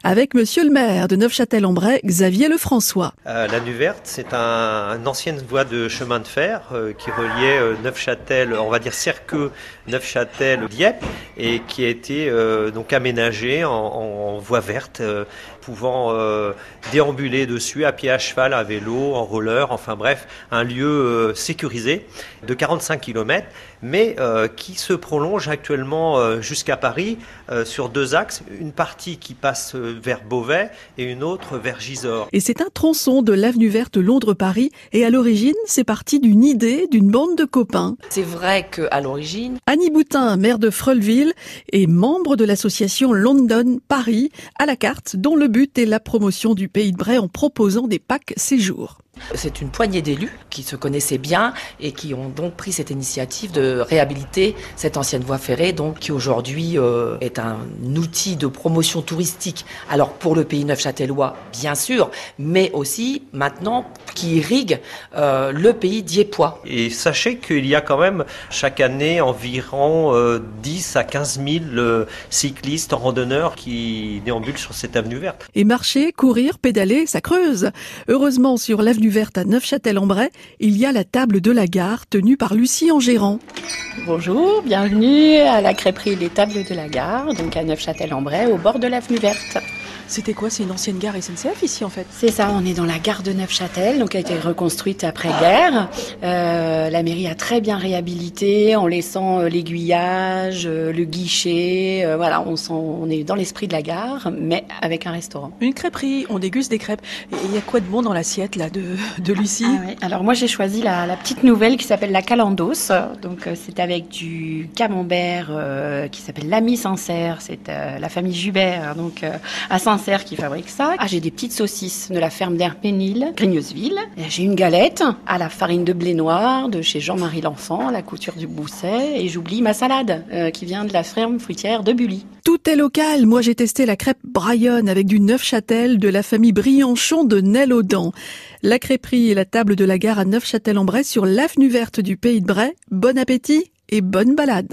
avec monsieur le maire de Neufchâtel-en-Bray, Xavier Lefrançois. L'avenue verte, c'est une ancienne voie de chemin de fer qui reliait Neufchâtel, on va dire Cerqueux, Neufchâtel, Dieppe, et qui a été donc aménagée en voie verte, pouvant déambuler dessus à pied, à cheval, à vélo, en roller, enfin bref, un lieu sécurisé de 45 km, mais qui se prolonge actuellement jusqu'à Paris sur 2 axes, une partie qui passe vers Beauvais et une autre vers Gisors. Et c'est un tronçon de l'avenue verte Londres-Paris, et à l'origine, c'est parti d'une idée d'une bande de copains. C'est vrai qu'à l'origine... Annie Boutin, maire de Freulville, est membre de l'association London Paris, à la carte, dont le but est la promotion du Pays de Bray en proposant des packs séjours. C'est une poignée d'élus qui se connaissaient bien et qui ont donc pris cette initiative de réhabiliter cette ancienne voie ferrée, donc qui aujourd'hui est un outil de promotion touristique. Alors pour le pays neufchâtelois, bien sûr, mais aussi maintenant qui irrigue le pays dieuppois. Et sachez qu'il y a quand même chaque année environ 10 à 15 000 cyclistes, randonneurs qui déambulent sur cette avenue verte. Et marcher, courir, pédaler, ça creuse. Heureusement, sur l'avenue verte à Neufchâtel-en-Bray, il y a la table de la gare tenue par Lucie Engérant. Bonjour, bienvenue à la crêperie Les Tables de la Gare, donc à Neufchâtel-en-Bray, au bord de l'avenue verte. C'était quoi? C'est une ancienne gare SNCF ici en fait? C'est ça, on est dans la gare de Neufchâtel, donc qui a été reconstruite après-guerre. La mairie a très bien réhabilité en laissant l'aiguillage, le guichet. Voilà, on est dans l'esprit de la gare, mais avec un restaurant. Une crêperie, on déguste des crêpes. Et il y a quoi de bon dans l'assiette là de Lucie? Oui. Alors moi j'ai choisi la petite nouvelle qui s'appelle la Calandos. Donc c'est avec du camembert qui s'appelle l'Ami Sincère. C'est la famille Jubert, donc à Sincère qui fabrique ça. J'ai des petites saucisses de la ferme d'Herménil, Grigneuseville. J'ai une galette à la farine de blé noir de chez Jean-Marie L'Enfant, la couture du Bousset. Et j'oublie ma salade qui vient de la ferme fruitière de Bully. Tout est local. Moi, j'ai testé la crêpe Brayonne avec du Neufchâtel de la famille Brianchon de Nel-aux-Dents. La crêperie et la table de la gare à Neufchâtel-en-Bray sur l'avenue verte du Pays de Bray. Bon appétit et bonne balade.